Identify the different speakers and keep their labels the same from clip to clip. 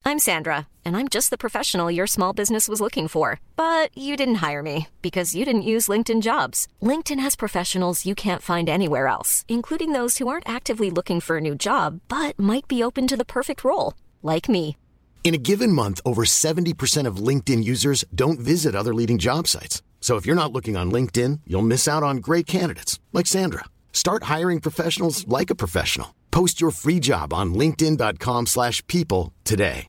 Speaker 1: I'm Sandra, and I'm just the professional your small business was looking for. But you didn't hire me because you didn't use LinkedIn Jobs. LinkedIn has professionals you can't find anywhere else, including those who aren't actively looking for a new job, but might be open to the perfect role, like me.
Speaker 2: In a given month, over 70% of LinkedIn users don't visit other leading job sites. So if you're not looking on LinkedIn, you'll miss out on great candidates like Sandra. Start hiring professionals like a professional. Post your free job on linkedin.com/people today.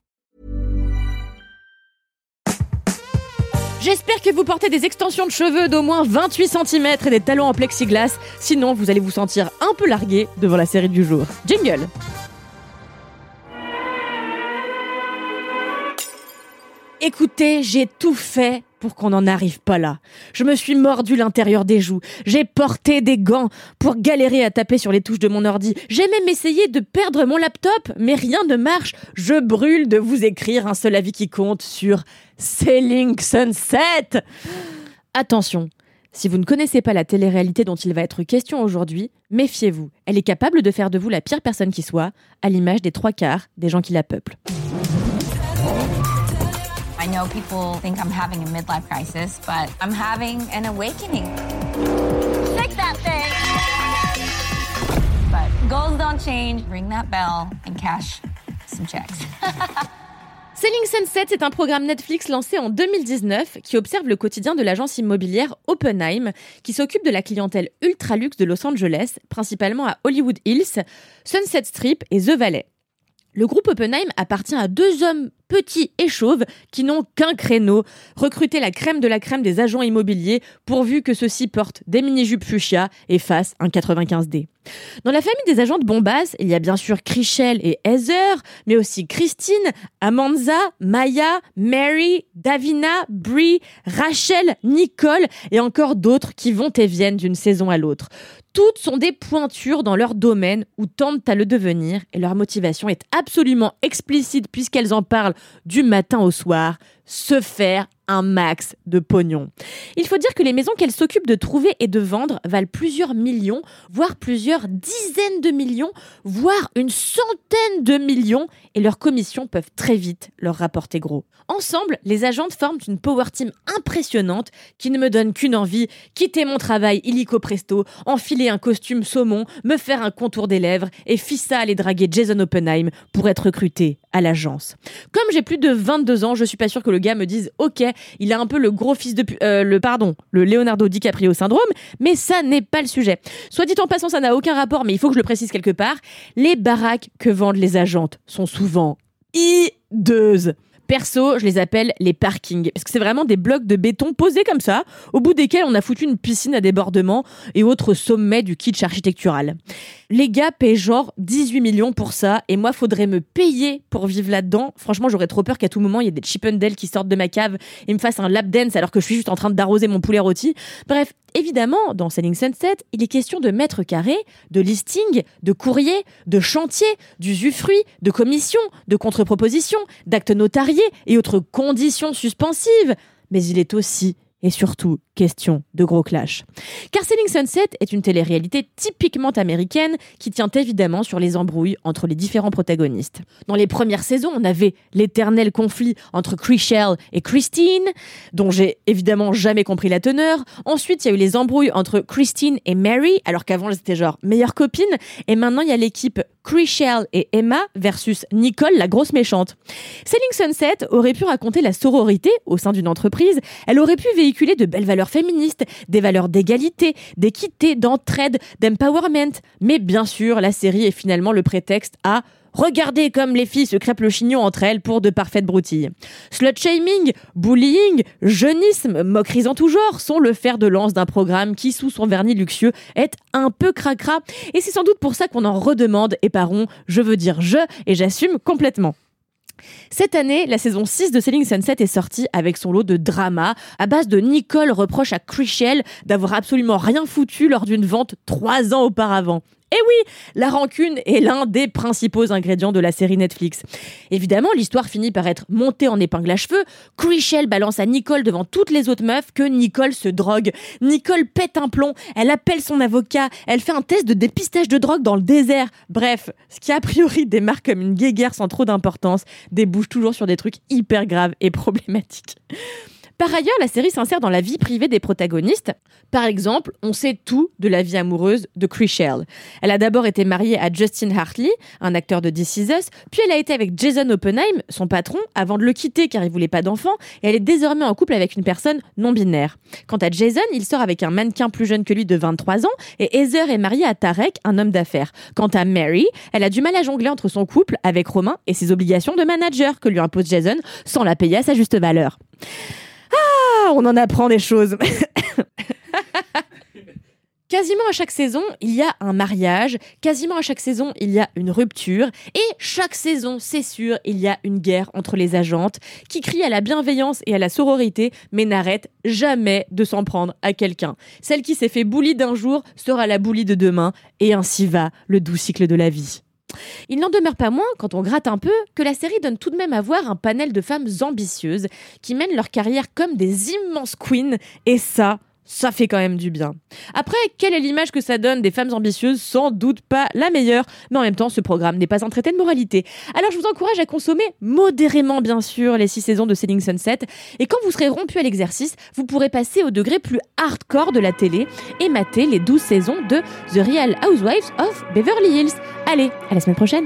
Speaker 3: J'espère que vous portez des extensions de cheveux d'au moins 28 cm et des talons en plexiglas. Sinon, vous allez vous sentir un peu largué devant la série du jour. Jingle. Écoutez, j'ai tout fait pour qu'on n'en arrive pas là. Je me suis mordu l'intérieur des joues. J'ai porté des gants pour galérer à taper sur les touches de mon ordi. J'ai même essayé de perdre mon laptop, mais rien ne marche. Je brûle de vous écrire un seul avis qui compte sur Selling Sunset. Attention, si vous ne connaissez pas la télé-réalité dont il va être question aujourd'hui, méfiez-vous. Elle est capable de faire de vous la pire personne qui soit, à l'image des 3/4 des gens qui la peuplent.
Speaker 4: I know people think I'm having a midlife crisis, but I'm having an awakening. Fix that thing! But goals don't change. Ring that bell and cash some checks.
Speaker 3: Selling Sunset est un programme Netflix lancé en 2019 qui observe le quotidien de l'agence immobilière Oppenheim, qui s'occupe de la clientèle ultra luxe de Los Angeles, principalement à Hollywood Hills, Sunset Strip et The Valley. Le groupe Oppenheim appartient à deux hommes petits et chauves qui n'ont qu'un créneau, recruter la crème de la crème des agents immobiliers pourvu que ceux-ci portent des mini-jupes fuchsia et fassent un 95D. Dans la famille des agents de Bombas, il y a bien sûr Chrishell et Heather, mais aussi Christine, Amanza, Maya, Mary, Davina, Brie, Rachel, Nicole et encore d'autres qui vont et viennent d'une saison à l'autre. Toutes sont des pointures dans leur domaine ou tentent à le devenir et leur motivation est absolument explicite puisqu'elles en parlent du matin au soir, se faire un max de pognon. Il faut dire que les maisons qu'elles s'occupent de trouver et de vendre valent plusieurs millions, voire plusieurs dizaines de millions, voire une centaine de millions, et leurs commissions peuvent très vite leur rapporter gros. Ensemble, les agentes forment une power team impressionnante qui ne me donne qu'une envie, quitter mon travail illico presto, enfiler un costume saumon, me faire un contour des lèvres et fissa aller draguer Jason Oppenheim pour être recruté à l'agence. Comme j'ai plus de 22 ans, je suis pas sûre que le gars me dise « Ok, il a un peu le gros fils de... le Leonardo DiCaprio syndrome, mais ça n'est pas le sujet. » Soit dit en passant, ça n'a aucun rapport, mais il faut que je le précise quelque part. Les baraques que vendent les agentes sont souvent hideuses. Perso, je les appelle les parkings, parce que c'est vraiment des blocs de béton posés comme ça, au bout desquels on a foutu une piscine à débordement et autres sommets du kitsch architectural. Les gars paient genre 18 millions pour ça, et moi, faudrait me payer pour vivre là-dedans. Franchement, j'aurais trop peur qu'à tout moment, il y ait des Chippendales qui sortent de ma cave et me fassent un lap dance alors que je suis juste en train d'arroser mon poulet rôti. Bref, évidemment, dans Selling Sunset, il est question de mètres carrés, de listing, de courrier, de chantier, d'usufruit, de commission, de contre-proposition, d'actes notariés et autres conditions suspensives. Mais il est aussi et surtout question de gros clash. Car Selling Sunset est une télé-réalité typiquement américaine qui tient évidemment sur les embrouilles entre les différents protagonistes. Dans les premières saisons, on avait l'éternel conflit entre Chrishell et Christine, dont j'ai évidemment jamais compris la teneur. Ensuite, il y a eu les embrouilles entre Christine et Mary, alors qu'avant, elles étaient genre meilleures copines. Et maintenant, il y a l'équipe Chrishell et Emma versus Nicole, la grosse méchante. Selling Sunset aurait pu raconter la sororité au sein d'une entreprise. Elle aurait pu véhiculer de belles valeurs féministes, des valeurs d'égalité, d'équité, d'entraide, d'empowerment. Mais bien sûr, la série est finalement le prétexte à regardez comme les filles se crêpent le chignon entre elles pour de parfaites broutilles. Slut-shaming, bullying, jeunisme, moqueries en tout genre sont le fer de lance d'un programme qui, sous son vernis luxueux, est un peu cracra. Et c'est sans doute pour ça qu'on en redemande, et par on, je veux dire je, et j'assume complètement. Cette année, la saison 6 de Selling Sunset est sortie avec son lot de drama à base de Nicole reproche à Chrishell d'avoir absolument rien foutu lors d'une vente 3 ans auparavant. Et oui, la rancune est l'un des principaux ingrédients de la série Netflix. Évidemment, l'histoire finit par être montée en épingle à cheveux. Chrishell balance à Nicole devant toutes les autres meufs que Nicole se drogue. Nicole pète un plomb, elle appelle son avocat, elle fait un test de dépistage de drogue dans le désert. Bref, ce qui a priori démarre comme une guéguerre sans trop d'importance, débouche toujours sur des trucs hyper graves et problématiques. Par ailleurs, la série s'insère dans la vie privée des protagonistes. Par exemple, on sait tout de la vie amoureuse de Chrishell. Elle a d'abord été mariée à Justin Hartley, un acteur de This Is Us, puis elle a été avec Jason Oppenheim, son patron, avant de le quitter car il voulait pas d'enfant, et elle est désormais en couple avec une personne non-binaire. Quant à Jason, il sort avec un mannequin plus jeune que lui de 23 ans, et Heather est mariée à Tarek, un homme d'affaires. Quant à Mary, elle a du mal à jongler entre son couple avec Romain et ses obligations de manager que lui impose Jason sans la payer à sa juste valeur. Ah, on en apprend des choses. Quasiment à chaque saison, il y a un mariage. Quasiment à chaque saison, il y a une rupture. Et chaque saison, c'est sûr, il y a une guerre entre les agentes qui crient à la bienveillance et à la sororité, mais n'arrêtent jamais de s'en prendre à quelqu'un. Celle qui s'est fait bully d'un jour sera la bully de demain. Et ainsi va le doux cycle de la vie. Il n'en demeure pas moins, quand on gratte un peu, que la série donne tout de même à voir un panel de femmes ambitieuses qui mènent leur carrière comme des immenses queens, et ça fait quand même du bien. Après, quelle est l'image que ça donne des femmes ambitieuses? Sans doute pas la meilleure, mais en même temps, ce programme n'est pas un traité de moralité. Alors je vous encourage à consommer modérément, bien sûr, les 6 saisons de Selling Sunset, et quand vous serez rompu à l'exercice, vous pourrez passer au degré plus hardcore de la télé et mater les 12 saisons de The Real Housewives of Beverly Hills. Allez, à la semaine prochaine.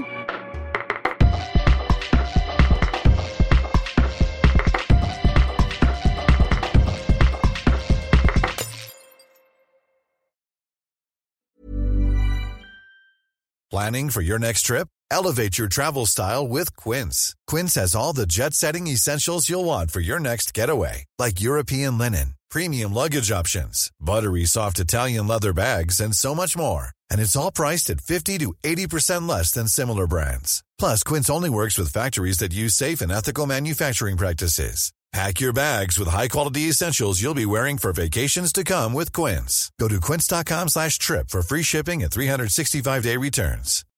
Speaker 5: Planning for your next trip? Elevate your travel style with Quince. Quince has all the jet-setting essentials you'll want for your next getaway, like European linen, premium luggage options, buttery soft Italian leather bags, and so much more. And it's all priced at 50 to 80% less than similar brands. Plus, Quince only works with factories that use safe and ethical manufacturing practices. Pack your bags with high-quality essentials you'll be wearing for vacations to come with Quince. Go to quince.com/trip for free shipping and 365-day returns.